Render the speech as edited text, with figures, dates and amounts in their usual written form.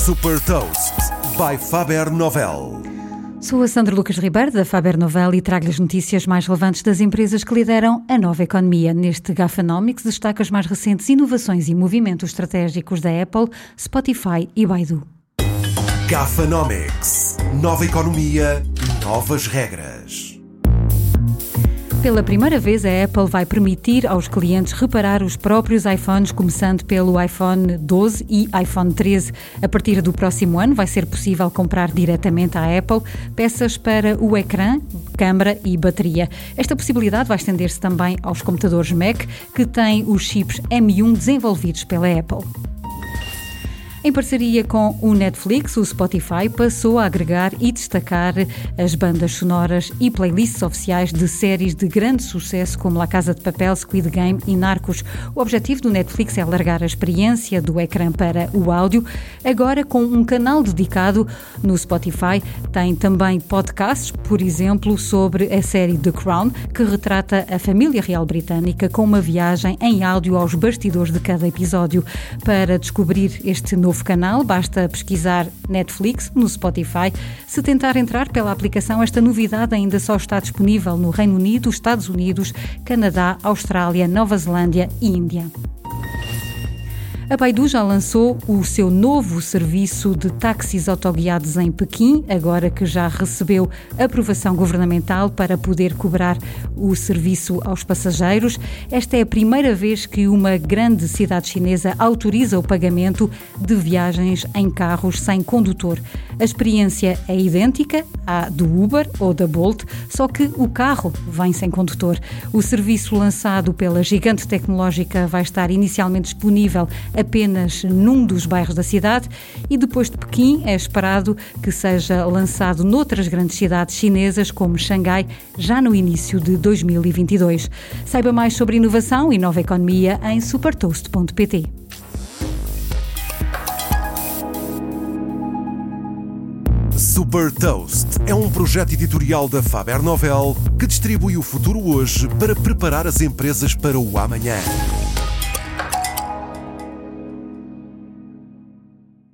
Super Toast by Faber Novel. Sou a Sandra Lucas Ribeiro, da Faber Novel, e trago-lhe as notícias mais relevantes das empresas que lideram a nova economia. Neste Gafanomics destaca as mais recentes inovações e movimentos estratégicos da Apple, Spotify e Baidu. Gafanomics. Nova economia, novas regras. Pela primeira vez, a Apple vai permitir aos clientes reparar os próprios iPhones, começando pelo iPhone 12 e iPhone 13. A partir do próximo ano, vai ser possível comprar diretamente à Apple peças para o ecrã, câmara e bateria. Esta possibilidade vai estender-se também aos computadores Mac, que têm os chips M1 desenvolvidos pela Apple. Em parceria com o Netflix, o Spotify passou a agregar e destacar as bandas sonoras e playlists oficiais de séries de grande sucesso como La Casa de Papel, Squid Game e Narcos. O objetivo do Netflix é alargar a experiência do ecrã para o áudio. Agora, com um canal dedicado no Spotify, tem também podcasts, por exemplo, sobre a série The Crown, que retrata a família real britânica com uma viagem em áudio aos bastidores de cada episódio. Para descobrir este novo canal, basta pesquisar Netflix no Spotify. Se tentar entrar pela aplicação, esta novidade ainda só está disponível no Reino Unido, Estados Unidos, Canadá, Austrália, Nova Zelândia e Índia. A Baidu já lançou o seu novo serviço de táxis autoguiados em Pequim, agora que já recebeu aprovação governamental para poder cobrar o serviço aos passageiros. Esta é a primeira vez que uma grande cidade chinesa autoriza o pagamento de viagens em carros sem condutor. A experiência é idêntica à do Uber ou da Bolt, só que o carro vem sem condutor. O serviço lançado pela gigante tecnológica vai estar inicialmente disponível apenas num dos bairros da cidade e depois de Pequim é esperado que seja lançado noutras grandes cidades chinesas como Xangai já no início de 2022. Saiba mais sobre inovação e nova economia em supertoast.pt. Super Toast é um projeto editorial da Faber Novel que distribui o futuro hoje para preparar as empresas para o amanhã.